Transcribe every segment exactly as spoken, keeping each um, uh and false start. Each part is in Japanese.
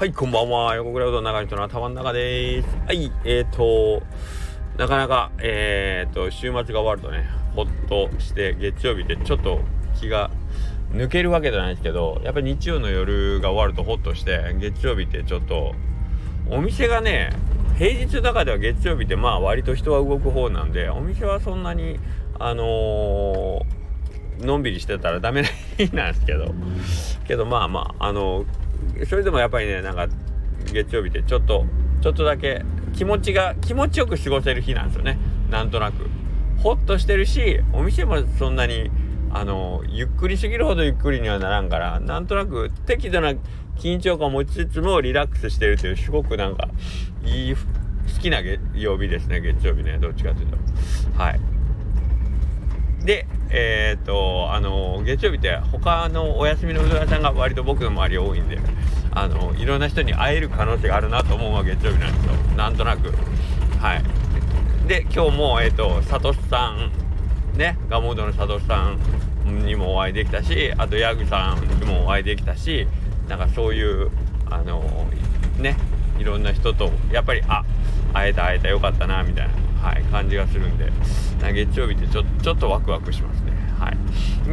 はい、こんばんは。横倉うどん長い人の頭の中です。はい、えーと、なかなか、えーと、週末が終わるとね、ほっとして月曜日でちょっと気が抜けるわけじゃないですけど、やっぱり日曜の夜が終わるとほっとして、月曜日ってちょっと、お店がね、平日の中では月曜日ってまあ割と人は動く方なんで、お店はそんなに、あのー、のんびりしてたらダメな日なんですけど、けどまあまあ、あのー、それでもやっぱりね、なんか月曜日ってちょっとちょっとだけ気持ちが気持ちよく過ごせる日なんですよね。なんとなくホッとしてるし、お店もそんなにあのゆっくりすぎるほどゆっくりにはならんから、なんとなく適度な緊張感を持ちつつもリラックスしてるという、すごくなんかいい好きな曜日ですね、月曜日ね。どっちかというとはいでえー、っとあの月曜日って他のお休みのうどん屋さんが割と僕の周り多いんで、あのいろんな人に会える可能性があるなと思うのが月曜日なんですよ、なんとなく。はいで今日もえー、っとサトシさんね、ガモードのサトシさんにもお会いできたし、あとヤグさんにもお会いできたし、なんかそういうあのね、いろんな人とやっぱりあ会えた会えたよかったなみたいな、はい、感じがするんで、月曜日ってちょ、ちょっとワクワクしますね。はい。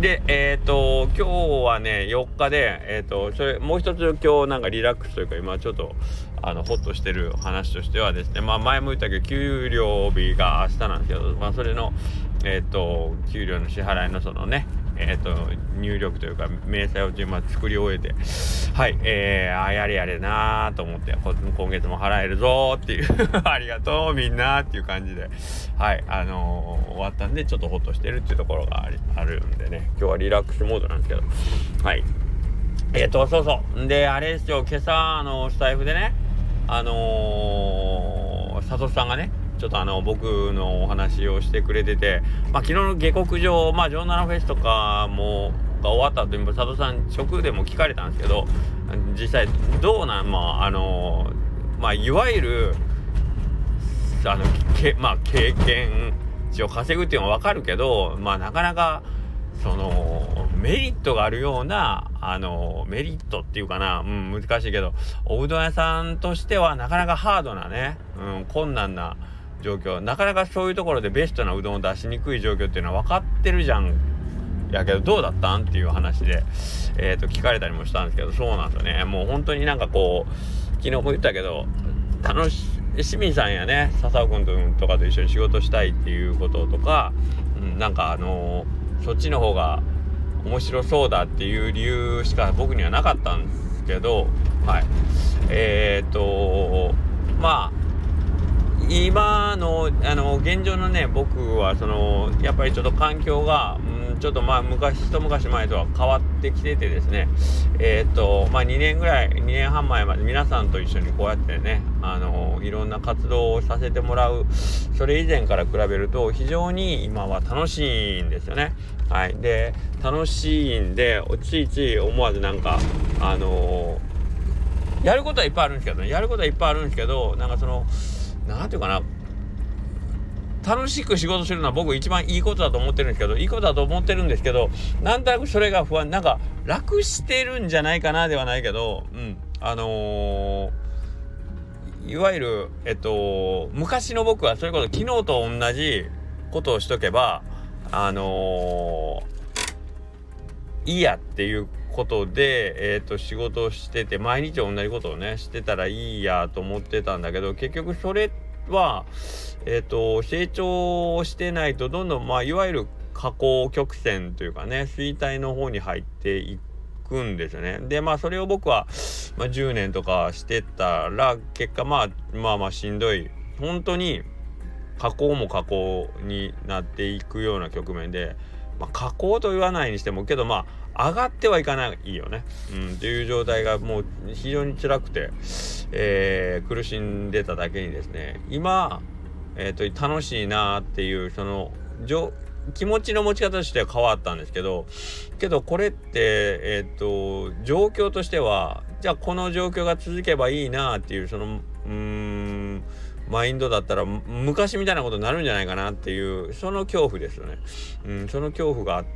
で、えっと、今日はね、よっかで、えっと、それ、もう一つ今日なんかリラックスというか、今ちょっと、あの、ホッとしてる話としてはですね、まあ前も言ったけど、給料日が明日なんですけど、まあそれの、えっと、給料の支払いのそのね、えっと、入力というか明細を今作り終えて、はい、えー、あやれやれなーと思って、今月も払えるぞーっていうありがとうみんなーっていう感じで、はい、あのー、終わったんでちょっとホッとしてるっていうところがありあるんでね、今日はリラックスモードなんですけど、はいえーとそうそうんであれですよ、今朝あのスタイフでね、あのー、佐藤さんがねちょっとあの僕のお話をしてくれてて、まあ、昨日の下克上、まあ、ジョーナルフェスとかもが終わった後に佐藤さん直でも聞かれたんですけど、実際どうなん、まああのー、まあいわゆるあのけ、まあ、経験値を稼ぐっていうのは分かるけど、まあなかなかそのメリットがあるようなあのメリットっていうかな、うん、難しいけどおうどん屋さんとしてはなかなかハードなね、うん、困難な状況、なかなかそういうところでベストなうどんを出しにくい状況っていうのは分かってるじゃんやけど、どうだったんっていう話で、えーと聞かれたりもしたんですけど、そうなんですよね。もう本当になんかこう昨日も言ったけど、楽し清水さんやね笹尾くんとかと一緒に仕事したいっていうこととか、うん、なんかあのー、そっちの方が面白そうだっていう理由しか僕にはなかったんですけど、はいえーとまあ今のあの現状のね、僕はそのやっぱりちょっと環境が、うん、ちょっとまあ昔一昔前とは変わってきててですね、えー、っとまあにねんぐらいにねんはん前まで皆さんと一緒にこうやってね、あのいろんな活動をさせてもらう、それ以前から比べると非常に今は楽しいんですよね。はいで楽しいんで、ついつい思わずなんかあのー、やることはいっぱいあるんですけどねやることはいっぱいあるんですけどなんかそのなんていうかな、楽しく仕事するのは僕一番いいことだと思ってるんですけどいいことだと思ってるんですけどなんとなくそれが不安、なんか楽してるんじゃないかなではないけど、うんあのー、いわゆるえっと昔の僕はそれこそ昨日と同じことをしとけばあのー、いいやっていうことで、えー、と仕事をしてて毎日同じことをねしてたらいいやと思ってたんだけど、結局それは、えー、と成長してないとどんどん、まあ、いわゆる下降曲線というかね衰退の方に入っていくんですよね。でまあそれを僕は、まあ、じゅうねんとかしてたら結果、まあ、まあまあしんどい、本当に下降も下降になっていくような局面で、まあ、下降と言わないにしてもけどまあ上がってはいかないよね、うん、っていう状態がもう非常に辛くて、えー、苦しんでただけにですね、今、えー、と楽しいなっていうその気持ちの持ち方としては変わったんですけど、けどこれって、えー、と状況としてはじゃあこの状況が続けばいいなっていうそのうーんマインドだったら昔みたいなことになるんじゃないかなっていうその恐怖ですよね、うん、その恐怖があって、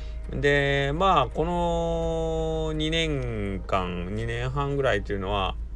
でまあこのにねんかんにねんはんぐらいっていうのは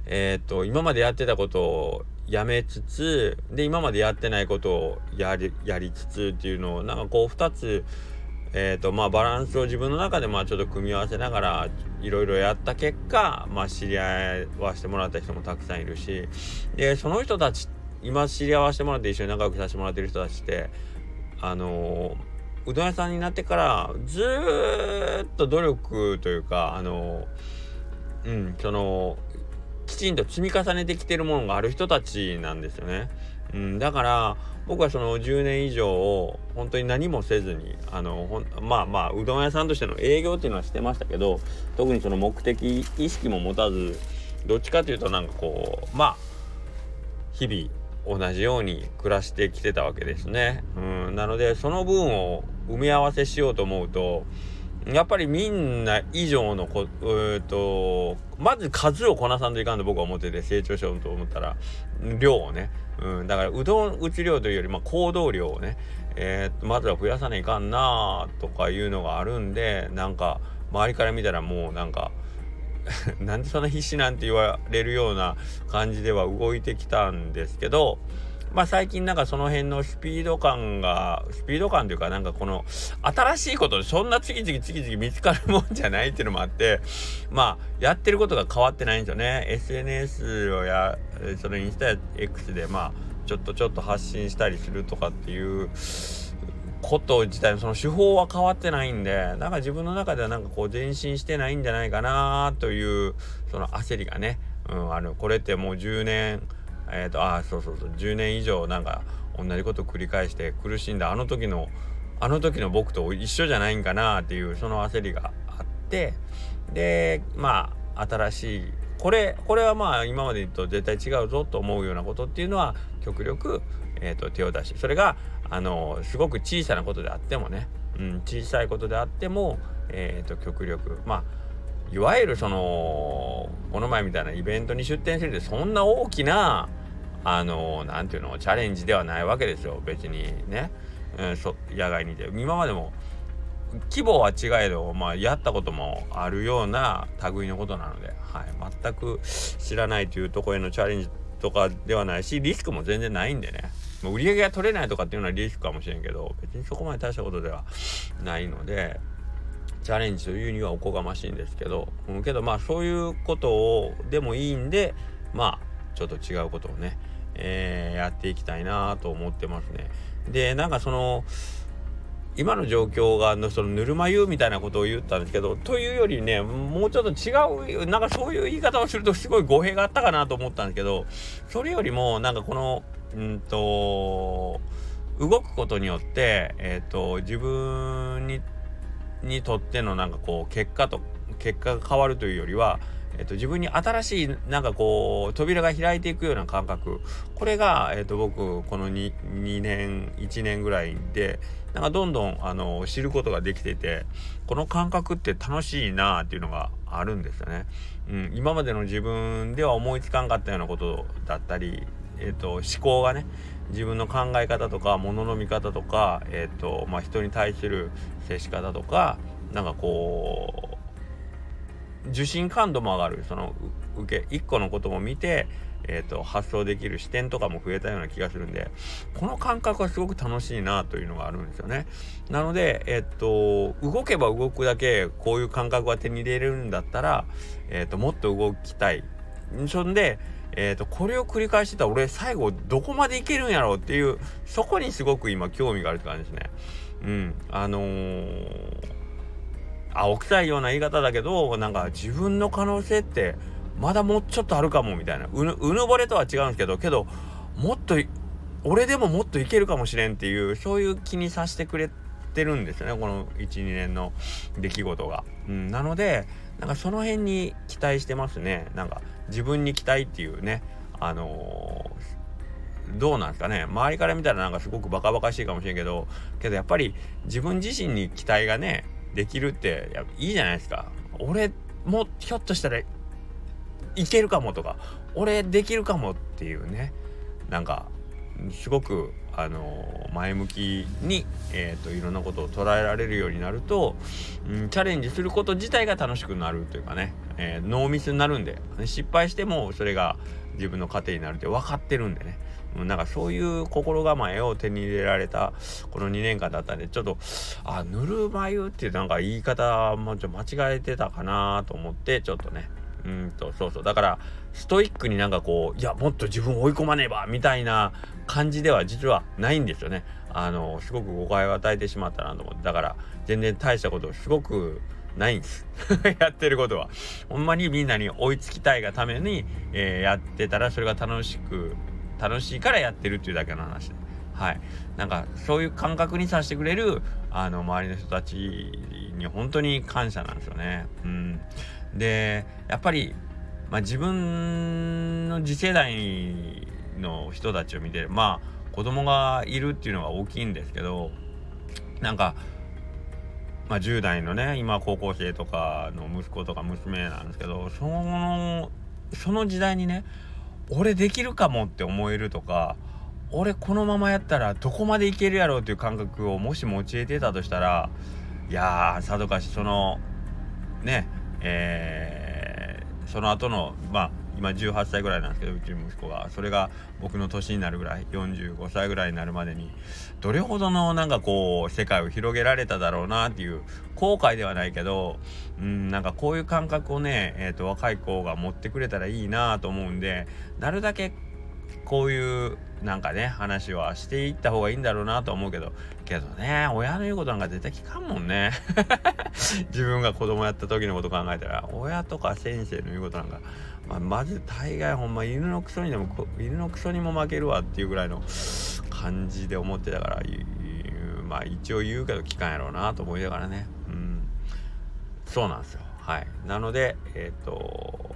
えっと今までやってたことをやめつつで今までやってないことをやりやりつつっていうのをなんかこうふたつえーとまあ、バランスを自分の中でまあちょっと組み合わせながらいろいろやった結果、まあ、知り合いはしてもらった人もたくさんいるし、でその人たち今知り合わせてもらって一緒に仲良くさせてもらってる人たちってあのー、うどん屋さんになってからずーっと努力というかあのー、うんそのきちんと積み重ねてきてるものがある人たちなんですよね。うん、だから僕はそのじゅうねん以上を本当に何もせずにあのほんまあまあうどん屋さんとしての営業っていうのはしてましたけど、特にその目的意識も持たずどっちかというとなんかこうまあ日々同じように暮らしてきてたわけですね。うん、なのでその分を埋め合わせしようと思うとやっぱりみんな以上のこ、えー、とまず数をこなさんといかんと僕は思ってて、成長しようと思ったら量をね、うん、だからうどん打ち量というより、まあ、行動量をね、えー、まずは増やさないかんなとかいうのがあるんで、なんか周りから見たらもうなんかなんでそんな必死なんて言われるような感じでは動いてきたんですけど、まあ最近なんかその辺のスピード感がスピード感というかなんかこの新しいことでそんな次々次々見つかるもんじゃないっていうのもあって、まあやってることが変わってないんですよね。 エスエヌエス をやそのインスタや X でまあちょっとちょっと発信したりするとかっていうこと自体のその手法は変わってないんで、なんか自分の中ではなんかこう前進してないんじゃないかなというその焦りがね、うん、あのこれってもうじゅうねんえーとあそうそうそうじゅうねん以上なんか同じことを繰り返して苦しんだあの時のあの時の僕と一緒じゃないんかなっていうその焦りがあって、でまあ新しいこれこれはまあ今までと絶対違うぞと思うようなことっていうのは極力、えーと手を出し、それがあのすごく小さなことであってもね、うん、小さいことであっても、えーと極力まあいわゆるそのこの前みたいなイベントに出店するってそんな大きなあのなんていうのチャレンジではないわけですよ別にね、うん、そ野外にて今までも規模は違えど、まあ、やったこともあるような類のことなので、はい、全く知らないというところへのチャレンジとかではないしリスクも全然ないんでね、売り上げが取れないとかっていうのはリスクかもしれんけど別にそこまで大したことではないのでチャレンジというにはおこがましいんですけど、うん、けどまあそういうことをでもいいんでまあちょっと違うことをね、えー、やっていきたいなと思ってますね。でなんかその今の状況がのそのぬるま湯みたいなことを言ったんですけど、というよりねもうちょっと違うなんかそういう言い方をするとすごい語弊があったかなと思ったんですけど、それよりもなんかこのうんと動くことによってえっと自分ににとってのなんかこう結果と結果が変わるというよりは、えっと、自分に新しいなんかこう扉が開いていくような感覚、これが、えっと、僕この 2, 2年いちねんぐらいでなんかどんどんあの知ることができていて、この感覚って楽しいなっていうのがあるんですよね、うん、今までの自分では思いつかんかったようなことだったり、えっと、思考がね自分の考え方とか物の見方とか、えーとまあ、人に対する接し方とかなんかこう受信感度も上がる、その受け一個のことも見て、えーと発想できる視点とかも増えたような気がするんで、この感覚はすごく楽しいなというのがあるんですよね。なので、えーと動けば動くだけこういう感覚が手に入れれるんだったら、えーともっと動きたい。そんでえーとこれを繰り返してたら俺最後どこまでいけるんやろうっていう、そこにすごく今興味があるって感じですね。うんあのー、青臭いような言い方だけどなんか自分の可能性ってまだもうちょっとあるかもみたいな、うぬうぬぼれとは違うんですけどけどもっと俺でももっといけるかもしれんっていうそういう気にさせてくれてるんですよね、この いちにねんの出来事が、うん、なのでなんかその辺に期待してますね。なんか自分に期待っていうね、あのー、どうなんですかね、周りから見たらなんかすごくバカバカしいかもしれんけどけどやっぱり自分自身に期待がねできるってやっぱいいじゃないですか。俺もひょっとしたらいけるかもとか俺できるかもっていうね、なんかすごくあの前向きに、えー、といろんなことを捉えられるようになると、うん、チャレンジすること自体が楽しくなるというかね、えー、ノーミスになるんで、失敗してもそれが自分の糧になるって分かってるんでね、なんかそういう心構えを手に入れられたこのにねんかんだったんで、ちょっとあぬるま湯っていうなんか言い方もちょっと間違えてたかなと思って、ちょっとねうんとそうそうだからストイックになんかこういやもっと自分を追い込まねばみたいな感じでは実はないんですよね。あのすごく誤解を与えてしまったなと思って、だから全然大したことすごくないんですやってることはほんまにみんなに追いつきたいがために、えー、やってたらそれが楽しく楽しいからやってるっていうだけの話で、はい、なんかそういう感覚にさせてくれるあの周りの人たちに本当に感謝なんですよね。うん、でやっぱり、まあ、自分の次世代の人たちを見てまあ子供がいるっていうのが大きいんですけど、なんか、まあ、じゅう代のね今高校生とかの息子とか娘なんですけど、そのその時代にね俺できるかもって思えるとか、俺このままやったらどこまでいけるやろうっていう感覚をもし持ち得てたとしたら、いやーさぞかしそのねえー、その後のまあ今じゅうはっさいぐらいなんですけど、うちの息子がそれが僕の年になるぐらいよんじゅうごさいぐらいになるまでにどれほどのなんかこう世界を広げられただろうなっていう後悔ではないけど、うんなんかこういう感覚をね、えーと、若い子が持ってくれたらいいなと思うんで、なるだけこういうなんかね話はしていった方がいいんだろうなと思うけどけどね親の言うことなんか絶対聞かんもんね自分が子供やった時のこと考えたら親とか先生の言うことなんか、まあ、まず大概ほんま犬のクソにでも犬のクソにも負けるわっていうぐらいの感じで思ってたから、まあ一応言うけど聞かんやろうなと思いながらね、うんそうなんですよ。はいなのでえっ、ー、と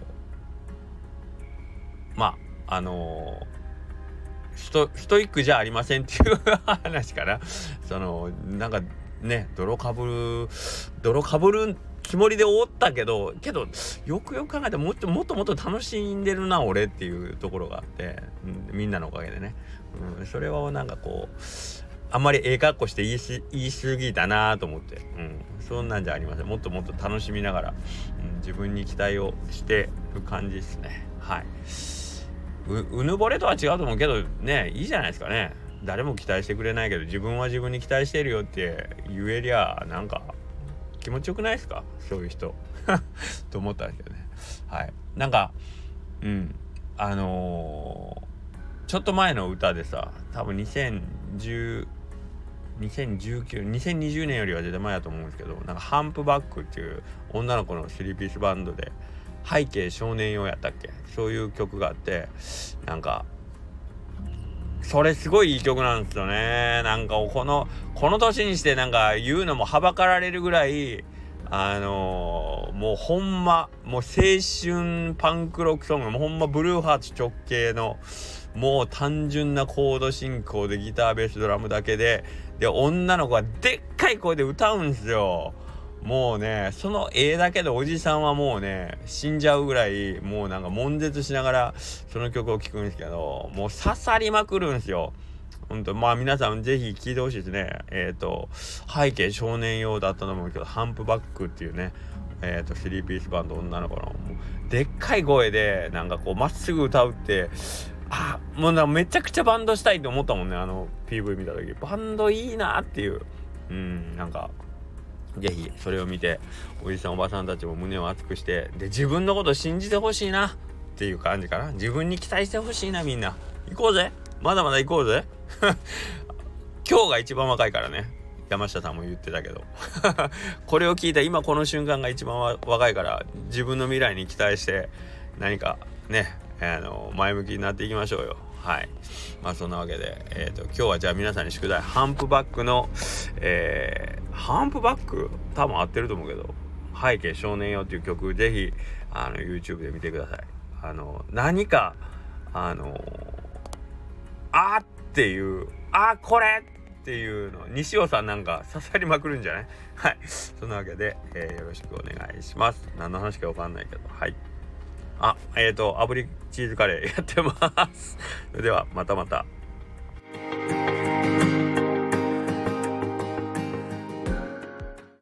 まああのースト、ストイックじゃありませんっていう話かな。そのなんかね泥かぶる泥かぶるつもりでおったけどけどよくよく考えたらもっともっともっと楽しんでるな俺っていうところがあって、うん、みんなのおかげでね、うん、それはなんかこうあんまりええ格好して言いし言い過ぎたなと思って、うん、そんなんじゃありません。もっともっと楽しみながら、うん、自分に期待をしてる感じですね。はい。う, うぬぼれとは違うと思うけどね、いいじゃないですかね。誰も期待してくれないけど自分は自分に期待してるよって言えりゃなんか気持ちよくないですか、そういう人と思ったんですけどね。はいなんかうんあのー、ちょっと前の歌でさ、多分にせんじゅう にせんじゅうきゅう にせんにじゅうねんよりは絶対前だと思うんですけど、なんかハンプバックっていう女の子のスリーピースバンドで背景少年用やったっけ、そういう曲があって、なんかそれすごいいい曲なんですよね。なんかこのこの年にしてなんか言うのもはばかられるぐらいあのー、もうほんまもう青春パンクロックソング、もうほんまブルーハーツ直系のもう単純なコード進行でギターベースドラムだけでで女の子がでっかい声で歌うんですよ。もうねその絵だけでおじさんはもうね死んじゃうぐらいもうなんか悶絶しながらその曲を聴くんですけど、もう刺さりまくるんですよ。ほんとまあ皆さんぜひ聴いてほしいですね。えっと背景少年用だったと思うけどハンプバックっていうねえっとスリーピースバンド女の子のもうでっかい声でなんかこうまっすぐ歌うって、あもうなんかめちゃくちゃバンドしたいと思ったもんね。あの ピーブイ 見た時バンドいいなっていう、うんなんかぜひそれを見ておじさんおばさんたちも胸を熱くしてで自分のことを信じてほしいなっていう感じかな。自分に期待してほしいな。みんな行こうぜ、まだまだ行こうぜ今日が一番若いからね、山下さんも言ってたけどこれを聞いた今この瞬間が一番若いから自分の未来に期待して何かねあの前向きになっていきましょうよ。はいまあそんなわけで、えーと、今日はじゃあ皆さんに宿題ハンプバックの、えー、ハンプバック多分合ってると思うけど背景少年よっていう曲ぜひあの YouTube で見てください。あの何かあのあーっていうあーこれっていうの西尾さんなんか刺さりまくるんじゃない？はいそんなわけで、えー、よろしくお願いします。何の話か分かんないけどはいあ、えーと、炙りチーズカレーやってます。それではまたまた。